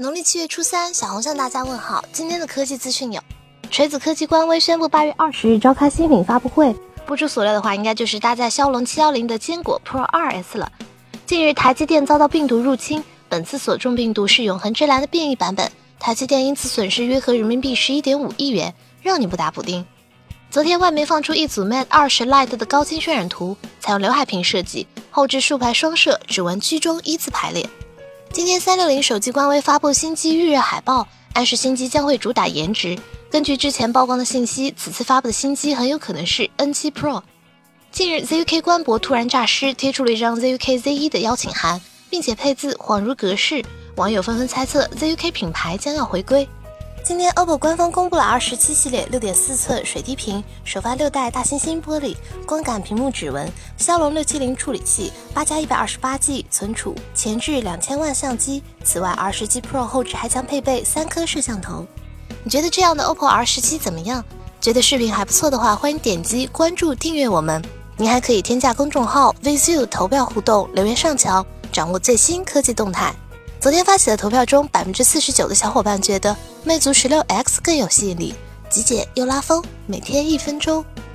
农历7月初3，小红向大家问好。今天的科技资讯有：锤子科技官微宣布8月20日召开新品发布会，不出所料的话，应该就是搭载骁龙710的坚果 Pro 2S 了。近日，台积电遭到病毒入侵，本次所中病毒是永恒之蓝的变异版本，台积电因此损失约合人民币11.5亿元，让你不打补丁。昨天，外媒放出一组 Mate 20 Lite 的高清渲染图，采用刘海屏设计，后置竖排双摄，指纹居中依次排列。今天360手机官微发布新机预热海报，暗示新机将会主打颜值。根据之前曝光的信息，此次发布的新机很有可能是 N7 Pro。近日 ZUK 官博突然诈尸，贴出了一张 ZUK Z1 的邀请函，并且配字恍如隔世，网友纷纷猜测 ZUK 品牌将要回归。今天 OPPO 官方公布了 R17 系列 6.4 寸水滴屏，首发6代大猩猩玻璃，光感屏幕指纹，骁龙670处理器，8+128G 存储，前置2000万相机。此外 R17 Pro 后置还将配备3颗摄像头。你觉得这样的 OPPO R17 怎么样？觉得视频还不错的话，欢迎点击关注订阅我们。您还可以添加公众号 Vizu 投票互动，留言上墙，掌握最新科技动态。昨天发起的投票中，49%的小伙伴觉得魅族16X 更有吸引力，极简又拉风，每天1分钟。